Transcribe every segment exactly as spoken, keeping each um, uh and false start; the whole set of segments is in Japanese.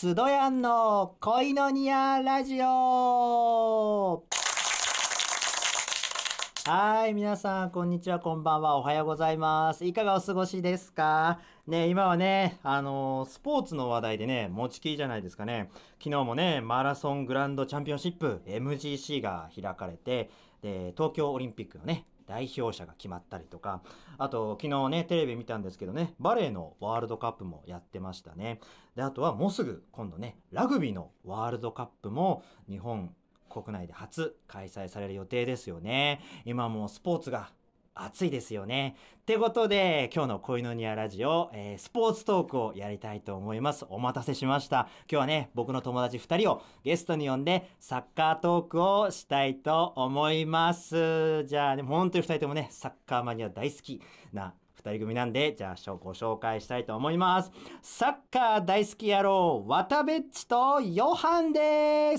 スドヤンのコイノニアラジオ。はい、皆さんこんにちは、こんばんは、おはようございます。いかがお過ごしですかね。今はね、あのースポーツの話題でね、持ちきりじゃないですかね。昨日もね、マラソングランドチャンピオンシップ エムジーシー が開かれて、で東京オリンピックのね代表者が決まったりとか、あと昨日ねテレビ見たんですけどね、バレーのワールドカップもやってましたね。であとはもうすぐ今度ねラグビーのワールドカップも日本国内で初開催される予定ですよね。今もうスポーツが暑いですよね。ってことで今日の恋のニアラジオ、えースポーツトークをやりたいと思います。お待たせしました。今日はね僕の友達ふたりをゲストに呼んでサッカートークをしたいと思います。じゃあね本当にふたりともねサッカーマニア大好きなふたり組なんで、じゃあご紹介したいと思います。サッカー大好き野郎ワタベッチとヨハンです。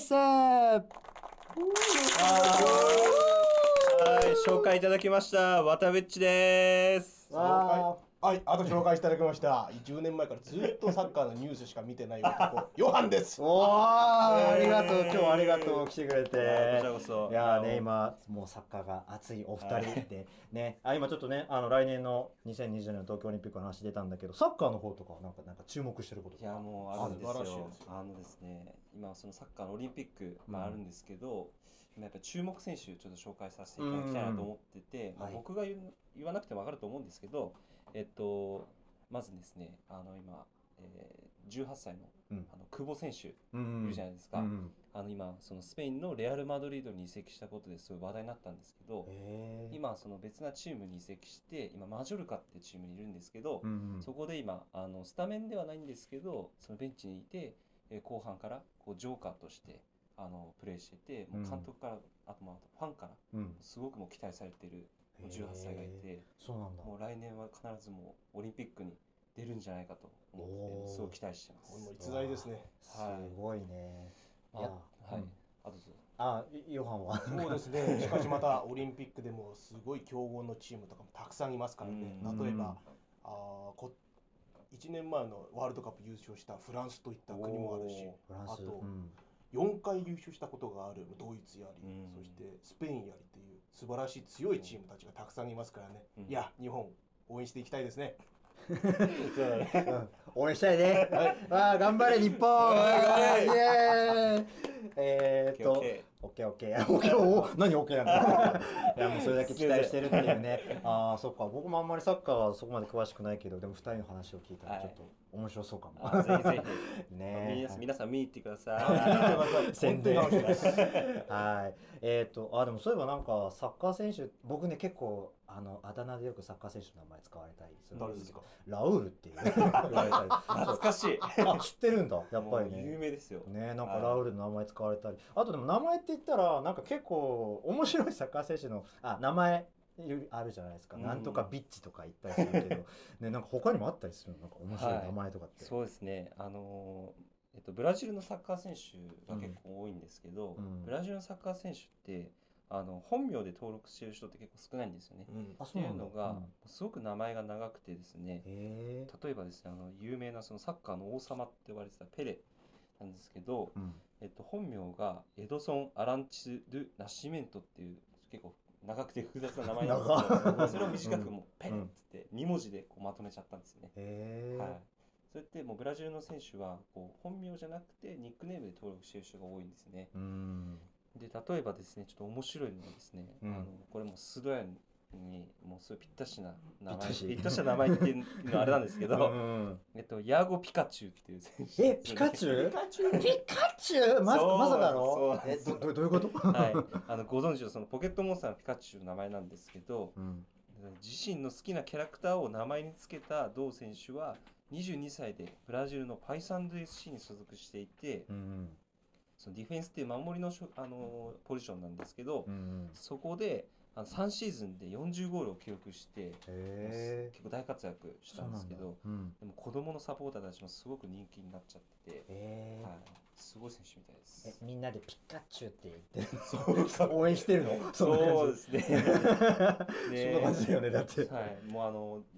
はい、紹介いただきました渡部っちです。 わはい、あと紹介いただきましたじゅうねんまえからずっとサッカーのニュースしか見てない男ヨハンです。 おー、ありがとう、今日はありがとう来てくれて。 こちらこそ。 いやーね、今もうサッカーが熱いお二人でね、あ今ちょっとねあの来年のにせんにじゅうねんの東京オリンピックの話出たんだけど、サッカーの方とかはなんかなんか注目してることいやもうあるんです素晴らしいよですよ。 あのですね、今そのサッカーのオリンピック、まあ、あるんですけど、今やっぱ注目選手ちょっと紹介させていただきたいなと思ってて、まあ、 はい僕が言う言わなくても分かると思うんですけど、えっとまずですね、あの今、えーじゅうはっさいの、 うんあの久保選手いうんるじゃないですか。 うんあの今そのスペインのレアル・マドリードに移籍したことですごい話題になったんですけど、 へー今その別なチームに移籍して今マジョルカってチームにいるんですけど、 うんうんそこで今あのスタメンではないんですけどそのベンチにいて、えー後半からこうジョーカーとしてあのプレーしてて、もう監督から、あとまあファンからうんすごくもう期待されてるもうじゅうはっさいがいて、 へーそうなんだ。 もう来年は必ずもうオリンピックに出るんじゃないかと思おーってすごい期待してます。 もう逸材ですね。 すごいね。いあやはい、 うんあとどうぞ。 あヨハンはそうですね。しかしまたオリンピックでもすごい強豪のチームとかもたくさんいますからね。 うん例えばあーこいちねんまえのワールドカップ優勝したフランスといった国もあるし、 フランスあとうんよんかい優勝したことがあるドイツやり、 うんそしてスペインやりっていう素晴らしい強いチームたちがたくさんいますからね。 うんいや日本応援していきたいですね。 うん応援したいね。わあ頑張れ日本。イエーイ。えーっと、オッケーオッケーオッケーお何オッケーなんだ。いやもうそれだけ期待してるっていうね。ああそっか、僕もあんまりサッカーはそこまで詳しくないけど、でもふたりの話を聞いたらちょっと面白そうかも。 あぜひぜひね皆さん皆さん見に行ってください。 宣伝本当に楽しみです。 はい。えっ、と、あ、でもそういえばなんかサッカー選手、僕ね結構あのあだ名でよくサッカー選手の名前使われたりするんでけど、 誰ですすか。 ラウールっていう、ね、言われたり。 懐かしい。 あ、知ってるんだ。やっぱりもう有ね。 名ですよ。 ね、なんかはいラウールの名前使われたり、あとでも名前って言ったらなんか結構面白いサッカー選手のあ名前あるじゃないですか、 うんなんとかビッチとか言ったりするけど、ね、なんか他にもあったりするの、なんか面白い名前とかって。 そうですね。あのーえっとブラジルのサッカー選手が結構多いんですけど、 うんブラジルのサッカー選手ってあの本名で登録してる人って結構少ないんですよね。 うんあ、 ってそうなんだ。 いうのが、 うんすごく名前が長くてですね、 へ例えばですね、あの有名なそのサッカーの王様って呼ばれてたペレなんですけど、 ーうんえっと、本名がエドソン・アランチドゥ・ナシメントっていう結構長くて複雑な名前なんですけ長ど、それを短くもうペレっうんつってに文字でこうまとめちゃったんですよね。 へーはい。それってもうブラジルの選手はこう本名じゃなくてニックネームで登録している人が多いんですね。 うんで例えばですね、ちょっと面白いのはですね、 うんあのこれもうスドヤンにもうすごいぴったしな名前ぴったしぴったしな名前っていうのはあれなんですけど、 うんえっとヤーゴ・ピカチュウっていう選手え、ピカチュウピカチュウピカチュウまさそうまさかそうのえ、 なんですど、どどういうことはい、あのご存知のそのポケットモンスターのピカチュウの名前なんですけど、 うん自身の好きなキャラクターを名前につけた同選手はにじゅうにさいでブラジルのパイサンド エスシー に所属していて、 うんそのディフェンスっていう守りのしょあのポジションなんですけど、 うんそこであのさんシーズンでよんじゅうゴールを記録してへ結構大活躍しーそうなんだたんですけど、 うんでも子供のサポーターたちもすごく人気になっちゃってて、 へーはい、すごい選手みたいです。 え、みんなでピカチュウって言ってるそうそう応援してるのそうですね。 そんな感じだよね、だって。 はい、もうあの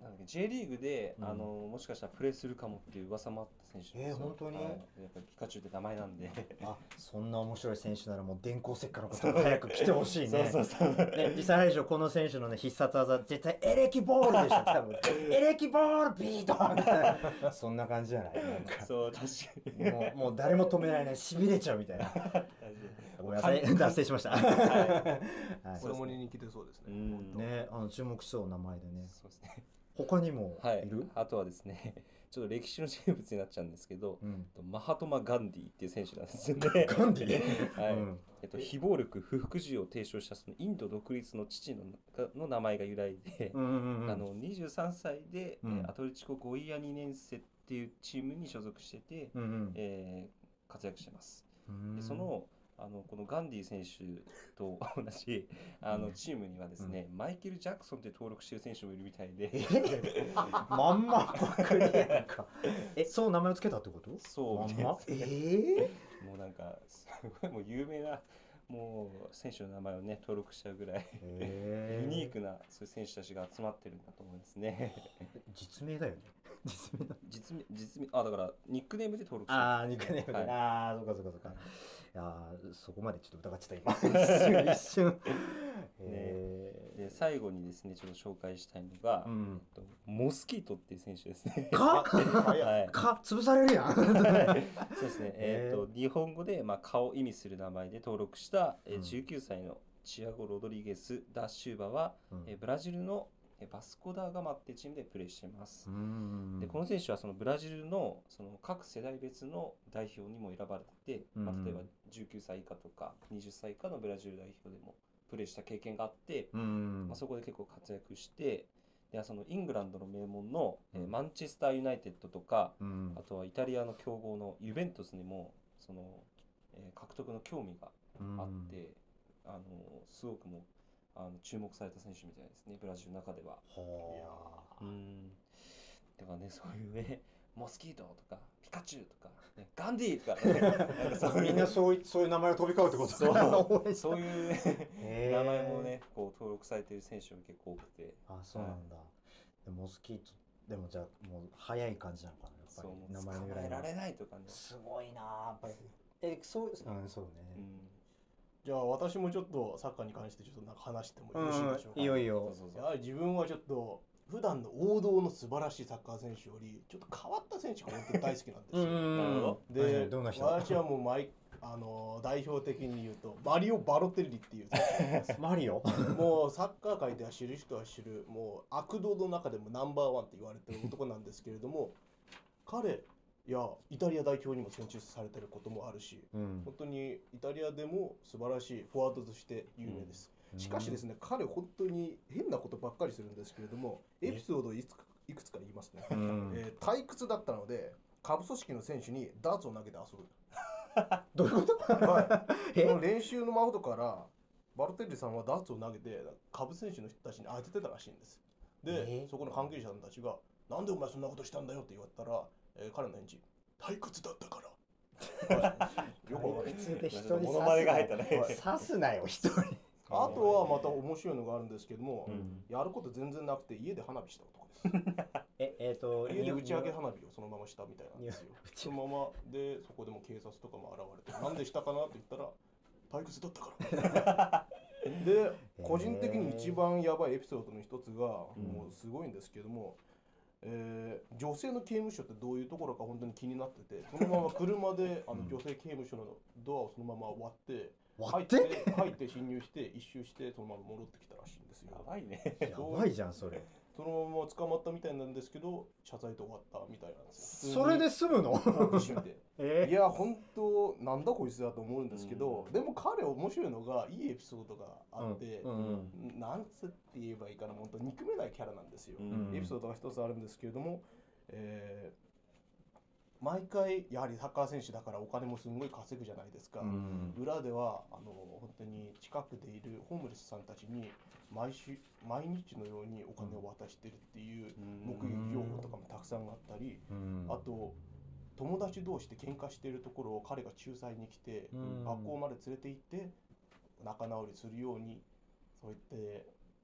なんだっけ J リーグで、 うんあのもしかしたらプレーするかもっていう噂もあった選手ですよ。 えー本当にはい、やっぱりピカチュウって名前なんであ、そんな面白い選手ならもう電光石火のことが早く来てほしいね。 そうそうそうね、実際あれでしょ、この選手のね必殺技絶対エレキボールでしょ多分。エレキボールビートみたいなそんな感じじゃない。なんかそう確かにもうもう誰も止められないしびれちゃうみたいな。 確かにごめんなさい脱線しました。 ははい子供に人気出そうですね。 うん本当ね、あの注目しそうな名前でね。 そうですね。 他にもはいいる？ あとはですねちょっと歴史の人物になっちゃうんですけど、 うん。 マハトマ・ガンディっていう選手なんですよね。 ガンディ？ はい、 うんえっと、非暴力不服従を提唱したそのインド独立の父のの名前が由来で、 うんうんうん。 あのにじゅうさんさいで、 うんえーアトレチコ・ゴイアにねん生っていうチームに所属してて、 うんうんえー活躍してます。 うんでそのあのこのガンディ選手と同じあのチームにはですね、マイケル・ジャクソンって登録してる選手もいるみたいで、 まんまパクリやんか。え、そう名前をつけたってこと？ そうまんみたいですまえねえもうなんかすごいもう有名なもう選手の名前をね登録しちゃうぐらいへユニークなそういう選手たちが集まってるんだと思いますね。 実名だよね。実名だ。 実名実名あだからニックネームで登録してるああ、ニックネームで。 はいああ、そうかそうかそうか。いやーそこまでちょっと疑ってた今。一瞬一瞬。へで最後にですねちょっと紹介したいのが、 ーうん。 えっとモスキートっていう選手ですね。 かはいか潰されるやん。 そうですね。 へーえっと日本語でまあ顔を意味する名前で登録した、えーうんじゅうきゅうさいのチアゴ・ロドリゲス・ダ・シューバは、 うんえーブラジルのえーバスコ・ダーガマってチームでプレーしています。 うんでこの選手はそのブラジルのその各世代別の代表にも選ばれてて、まあ、 うん例えばじゅうきゅうさい以下とかはたち以下のブラジル代表でもプレーした経験があって、 うんまあ、そこで結構活躍してでそのイングランドの名門の、えーうんマンチェスター・ユナイテッドとか、 うんあとはイタリアの強豪のユベントスにもその、えー獲得の興味があって、あのすごくもうあの注目された選手みたいですねブラジルの中では。 はあうんだからねそういうねモスキートとかピカチュウとか、ね、ガンディとか、ね、なんかそういうみんなそういそういう名前を飛び交うってことそうだなそういうねへー名前もねこう登録されている選手も結構多くてあ、そうなんだ。でモスキートでもじゃあもう早い感じなのかなやっぱそうもうり名前の捕由来がまえられないとかね。 すごいなやっぱり。え、そううんそうね。 うんじゃあ私もちょっとサッカーに関してちょっとなんか話してもよろしいでしょうか。 いいよいいよそう。そうそうやはり自分はちょっと普段の王道の素晴らしいサッカー選手よりちょっと変わった選手が本当に大好きなんですよ。 なるほどで、 どんな人？ 私はもう毎あの代表的に言うとマリオ・バロテッリっていう選手がいます。 マリオ？ もうサッカー界では知る人は知るもう悪童の中でもナンバーワンって言われてる男なんですけれども彼やイタリア代表にも選出されてることもあるしうん本当にイタリアでも素晴らしいフォワードとして有名です、しかしですね彼本当に変なことばっかりするんですけれどもエピソードをいつかいくつか言いますね、 うんえー退屈だったので下部組織の選手にダーツを投げて遊ぶどういうこと？ はい、 えその練習の真ほどからバルテッリさんはダーツを投げて下部選手の人たちに当ててたらしいんですで、 えそこの関係者さんたちがなんでお前そんなことしたんだよって言われたら、えー彼の返事退屈だったから、はい、よくわかる退屈で人にモノマネが入ったね。 はい刺すなよ一人。 あとはまた面白いのがあるんですけども、 うんやること全然なくて家で花火した男ですええっと家で打ち上げ花火をそのまましたみたいなんですよいやそのままでそこでも警察とかも現れてなんでしたかなって言ったら退屈だったからで個人的に一番やばいエピソードの一つがもうすごいんですけども、えー女性の刑務所ってどういうところか本当に気になっててそのまま車であの女性刑務所のドアをそのまま割って入っ割ってて入って侵入して一周してそのまま戻ってきたらしいんですよやばいね。 やばいじゃんそれ。 そのまま捕まったみたいなんですけど謝罪で終わったみたいなんですよそれで済むの？ 一瞬でえいや本当なんだこいつだと思うんですけど、 うんでも彼面白いのがいいエピソードがあって、 うんうんなんつって言えばいいかな本当憎めないキャラなんですよ、 うんエピソードが一つあるんですけれども、えー毎回やはりサッカー選手だからお金もすんごい稼ぐじゃないですか、 うん裏ではあの本当に近くでいるホームレスさんたちに毎週毎日のようにお金を渡してるっていう目撃情報とかもたくさんあったり、 うんあと友達同士で喧嘩しているところを彼が仲裁に来て、 うん学校まで連れて行って仲直りするようにそう言って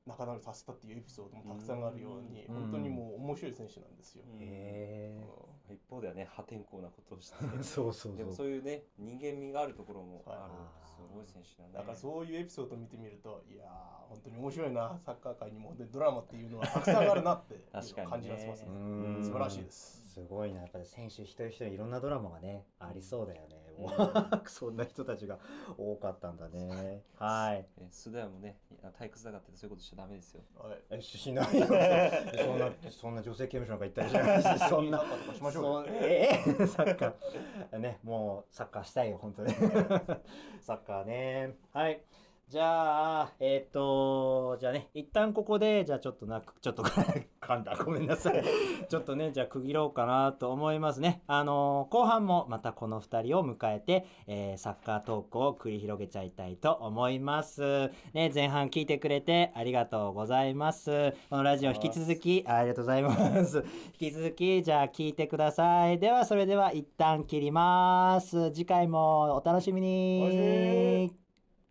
仲直りさせたっていうエピソードもたくさんあるように、 うん本当にもう面白い選手なんですよ。 うんへうん一方ではね破天荒なことをしてえそうそうでもそそうういうね人間味があるところもあるはいすごい選手なんだからね。 そういうエピソードを見てみると、いやー本当に面白いな、サッカー界にもでドラマっていうのはたくさんあるなっていうのを確かにね感じらせますね。 うん素晴らしいです。 すごいな、やっぱり選手一人一人いろんなドラマがねありそうだよね。もううそんな人たちが多かったんだね。はい。 え須田屋もね退屈だからってそういうことしちゃダメですよ。 はい。 えしないよ。そんなそんな女性刑務所なんか行ったりしないし、そんなサッカーとかしましょうよ。 そええサッカーね、もうサッカーしたいよ本当に。サッカーね。はい。じゃあ、えっ、と、じゃあね、一旦ここで、じゃあちょっとな、ちょっと噛んだ、ごめんなさい。ちょっとね、じゃあ区切ろうかなと思いますね。あのー後半もまたこのふたりを迎えて、えーサッカートークを繰り広げちゃいたいと思います。ね、前半聞いてくれてありがとうございます。このラジオ引き続き、ありがとうございます。引き続き、じゃあ聞いてください。では、それでは一旦切ります。次回もお楽しみお楽しみにに。